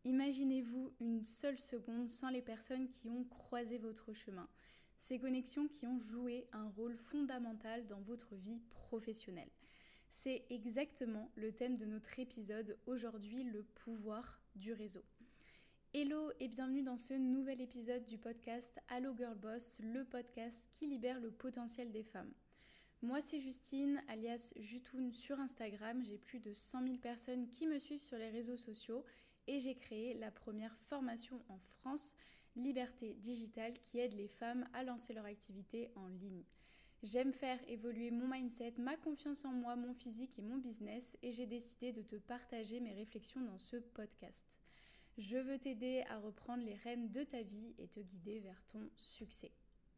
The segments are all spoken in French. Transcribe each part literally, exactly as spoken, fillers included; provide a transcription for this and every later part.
Imaginez-vous une seule seconde sans les personnes qui ont croisé votre chemin. Ces connexions qui ont joué un rôle fondamental dans votre vie professionnelle. C'est exactement le thème de notre épisode aujourd'hui, le pouvoir du réseau. Hello et bienvenue dans ce nouvel épisode du podcast Allo Girl Boss, le podcast qui libère le potentiel des femmes. Moi c'est Justine, alias Jutoun sur Instagram, j'ai plus de cent mille personnes qui me suivent sur les réseaux sociaux et j'ai créé la première formation en France, Liberté Digitale, qui aide les femmes à lancer leur activité en ligne. J'aime faire évoluer mon mindset, ma confiance en moi, mon physique et mon business et j'ai décidé de te partager mes réflexions dans ce podcast. Je veux t'aider à reprendre les rênes de ta vie et te guider vers ton succès.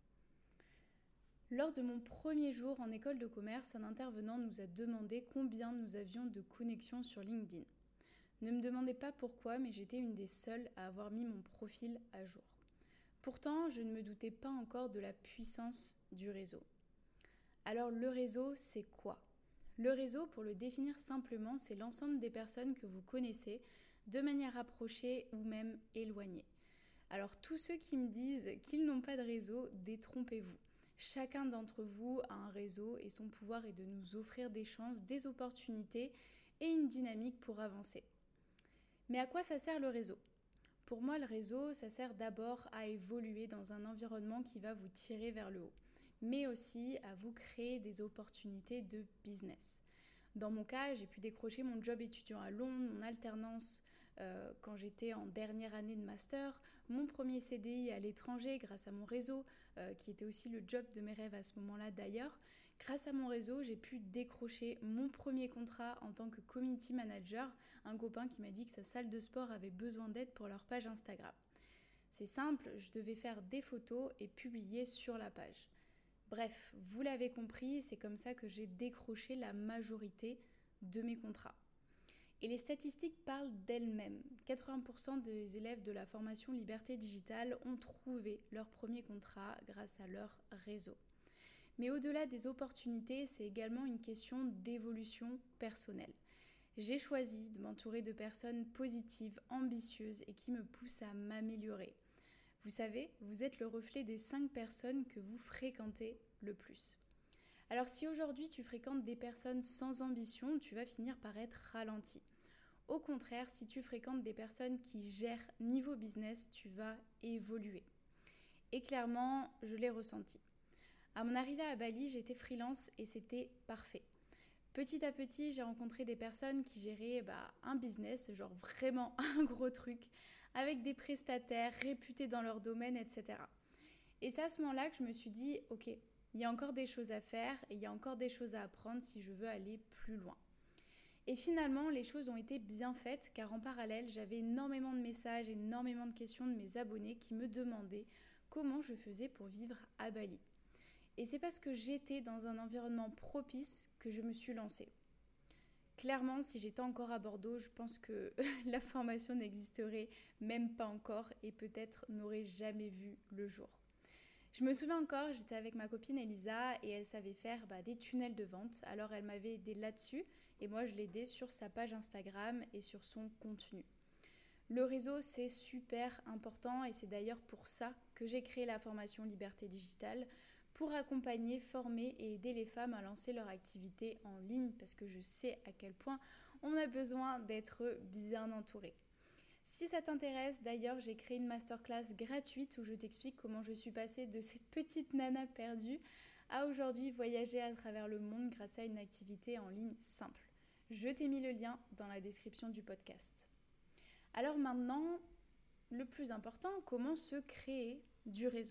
Lors de mon premier jour en école de commerce, un intervenant nous a demandé combien nous avions de connexions sur LinkedIn. Ne me demandez pas pourquoi, mais j'étais une des seules à avoir mis mon profil à jour. Pourtant, je ne me doutais pas encore de la puissance du réseau. Alors le réseau, c'est quoi ? Le réseau, pour le définir simplement, c'est l'ensemble des personnes que vous connaissez de manière rapprochée ou même éloignée. Alors tous ceux qui me disent qu'ils n'ont pas de réseau, détrompez-vous. Chacun d'entre vous a un réseau et son pouvoir est de nous offrir des chances, des opportunités et une dynamique pour avancer. Mais à quoi ça sert le réseau ? Pour moi, le réseau, ça sert d'abord à évoluer dans un environnement qui va vous tirer vers le haut, mais aussi à vous créer des opportunités de business. Dans mon cas, j'ai pu décrocher mon job étudiant à Londres, mon alternance euh, quand j'étais en dernière année de master, mon premier C D I à l'étranger grâce à mon réseau, euh, qui était aussi le job de mes rêves à ce moment-là d'ailleurs. Grâce à mon réseau, j'ai pu décrocher mon premier contrat en tant que community manager, un copain qui m'a dit que sa salle de sport avait besoin d'aide pour leur page Instagram. C'est simple, je devais faire des photos et publier sur la page. Bref, vous l'avez compris, c'est comme ça que j'ai décroché la majorité de mes contrats. Et les statistiques parlent d'elles-mêmes. quatre-vingts pour cent des élèves de la formation Liberté Digitale ont trouvé leur premier contrat grâce à leur réseau. Mais au-delà des opportunités, c'est également une question d'évolution personnelle. J'ai choisi de m'entourer de personnes positives, ambitieuses et qui me poussent à m'améliorer. Vous savez, vous êtes le reflet des cinq personnes que vous fréquentez le plus. Alors si aujourd'hui tu fréquentes des personnes sans ambition, tu vas finir par être ralenti. Au contraire, si tu fréquentes des personnes qui gèrent niveau business, tu vas évoluer. Et clairement, je l'ai ressenti. À mon arrivée à Bali, j'étais freelance et c'était parfait. Petit à petit, j'ai rencontré des personnes qui géraient bah, un business, genre vraiment un gros truc, avec des prestataires réputés dans leur domaine, et cetera. Et c'est à ce moment-là que je me suis dit, ok, il y a encore des choses à faire et il y a encore des choses à apprendre si je veux aller plus loin. Et finalement, les choses ont été bien faites car en parallèle, j'avais énormément de messages, énormément de questions de mes abonnés qui me demandaient comment je faisais pour vivre à Bali. Et c'est parce que j'étais dans un environnement propice que je me suis lancée. Clairement, si j'étais encore à Bordeaux, je pense que la formation n'existerait même pas encore et peut-être n'aurait jamais vu le jour. Je me souviens encore, j'étais avec ma copine Elisa et elle savait faire bah, des tunnels de vente. Alors elle m'avait aidée là-dessus et moi je l'aidais sur sa page Instagram et sur son contenu. Le réseau, c'est super important et c'est d'ailleurs pour ça que j'ai créé la formation Liberté Digitale pour accompagner, former et aider les femmes à lancer leur activité en ligne parce que je sais à quel point on a besoin d'être bien entouré. Si ça t'intéresse, d'ailleurs, j'ai créé une masterclass gratuite où je t'explique comment je suis passée de cette petite nana perdue à aujourd'hui voyager à travers le monde grâce à une activité en ligne simple. Je t'ai mis le lien dans la description du podcast. Alors maintenant, le plus important, comment se créer du réseau ?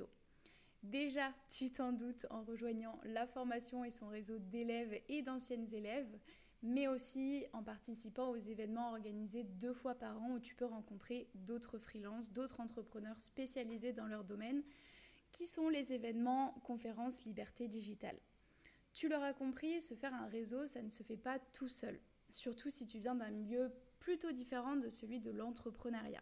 Déjà, tu t'en doutes en rejoignant la formation et son réseau d'élèves et d'anciennes élèves, mais aussi en participant aux événements organisés deux fois par an où tu peux rencontrer d'autres freelances, d'autres entrepreneurs spécialisés dans leur domaine, qui sont les événements conférences Liberté Digitale. Tu l'auras compris, se faire un réseau, ça ne se fait pas tout seul, surtout si tu viens d'un milieu plutôt différent de celui de l'entrepreneuriat.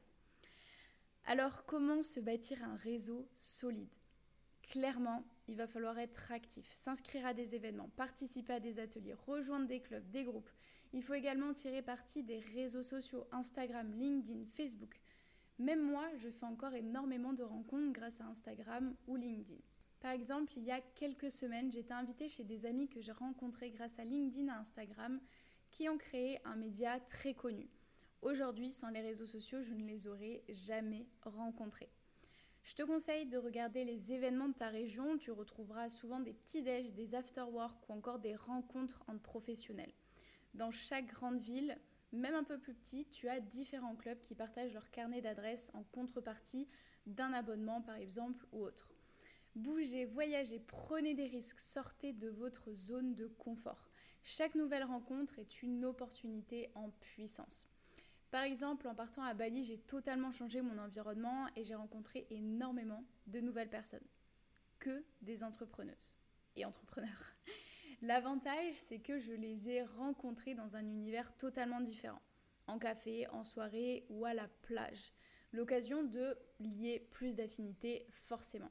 Alors, comment se bâtir un réseau solide ? Clairement, il va falloir être actif, s'inscrire à des événements, participer à des ateliers, rejoindre des clubs, des groupes. Il faut également tirer parti des réseaux sociaux, Instagram, LinkedIn, Facebook. Même moi, je fais encore énormément de rencontres grâce à Instagram ou LinkedIn. Par exemple, il y a quelques semaines, j'étais invitée chez des amis que j'ai rencontrés grâce à LinkedIn et Instagram qui ont créé un média très connu. Aujourd'hui, sans les réseaux sociaux, je ne les aurais jamais rencontrés. Je te conseille de regarder les événements de ta région. Tu retrouveras souvent des petits déj, des after-work ou encore des rencontres entre professionnels. Dans chaque grande ville, même un peu plus petite, tu as différents clubs qui partagent leur carnet d'adresses en contrepartie d'un abonnement par exemple ou autre. Bougez, voyagez, prenez des risques, sortez de votre zone de confort. Chaque nouvelle rencontre est une opportunité en puissance. Par exemple, en partant à Bali, j'ai totalement changé mon environnement et j'ai rencontré énormément de nouvelles personnes. Que des entrepreneuses et entrepreneurs. L'avantage, c'est que je les ai rencontrés dans un univers totalement différent. En café, en soirée ou à la plage. L'occasion de lier plus d'affinités, forcément.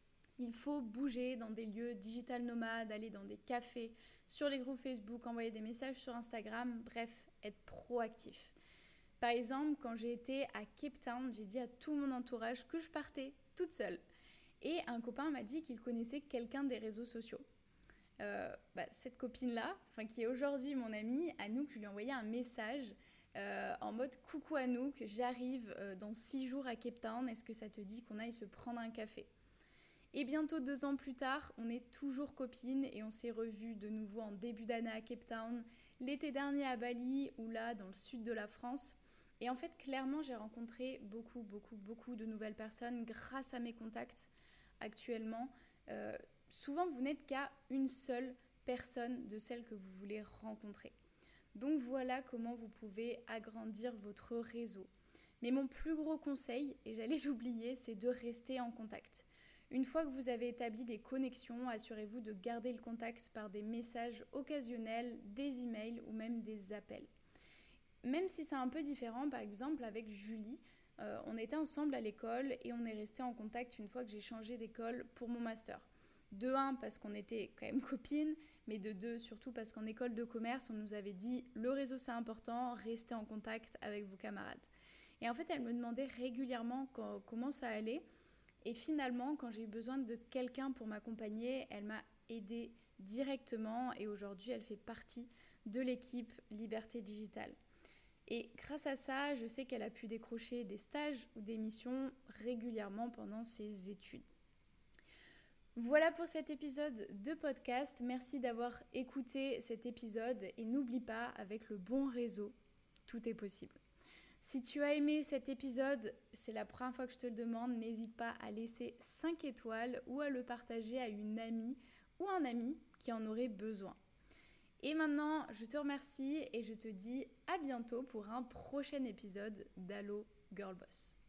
Il faut bouger dans des lieux digital nomades, aller dans des cafés, sur les groupes Facebook, envoyer des messages sur Instagram, bref, être proactif. Par exemple, quand j'ai été à Cape Town, j'ai dit à tout mon entourage que je partais toute seule. Et un copain m'a dit qu'il connaissait quelqu'un des réseaux sociaux. Euh, bah, cette copine-là, enfin, qui est aujourd'hui mon amie, Anouk, je lui ai envoyé un message euh, en mode « Coucou Anouk, j'arrive euh, dans six jours à Cape Town, est-ce que ça te dit qu'on aille se prendre un café ?» Et bientôt deux ans plus tard, on est toujours copines et on s'est revus de nouveau en début d'année à Cape Town, l'été dernier à Bali ou là dans le sud de la France. Et en fait, clairement, j'ai rencontré beaucoup, beaucoup, beaucoup de nouvelles personnes grâce à mes contacts actuellement. Euh, souvent, vous n'êtes qu'à une seule personne de celle que vous voulez rencontrer. Donc voilà comment vous pouvez agrandir votre réseau. Mais mon plus gros conseil, et j'allais l'oublier, c'est de rester en contact. Une fois que vous avez établi des connexions, assurez-vous de garder le contact par des messages occasionnels, des emails ou même des appels. Même si c'est un peu différent, par exemple avec Julie, euh, on était ensemble à l'école et on est resté en contact une fois que j'ai changé d'école pour mon master. De un, parce qu'on était quand même copines, mais de deux, surtout parce qu'en école de commerce, on nous avait dit « le réseau c'est important, restez en contact avec vos camarades ». Et en fait, elle me demandait régulièrement quand, comment ça allait. Et finalement, quand j'ai eu besoin de quelqu'un pour m'accompagner, elle m'a aidée directement et aujourd'hui, elle fait partie de l'équipe Liberté Digitale. Et grâce à ça, je sais qu'elle a pu décrocher des stages ou des missions régulièrement pendant ses études. Voilà pour cet épisode de podcast. Merci d'avoir écouté cet épisode et n'oublie pas, avec le bon réseau, tout est possible. Si tu as aimé cet épisode, c'est la première fois que je te le demande, n'hésite pas à laisser cinq étoiles ou à le partager à une amie ou un ami qui en aurait besoin. Et maintenant, je te remercie et je te dis à bientôt pour un prochain épisode d'Allo Girl Boss.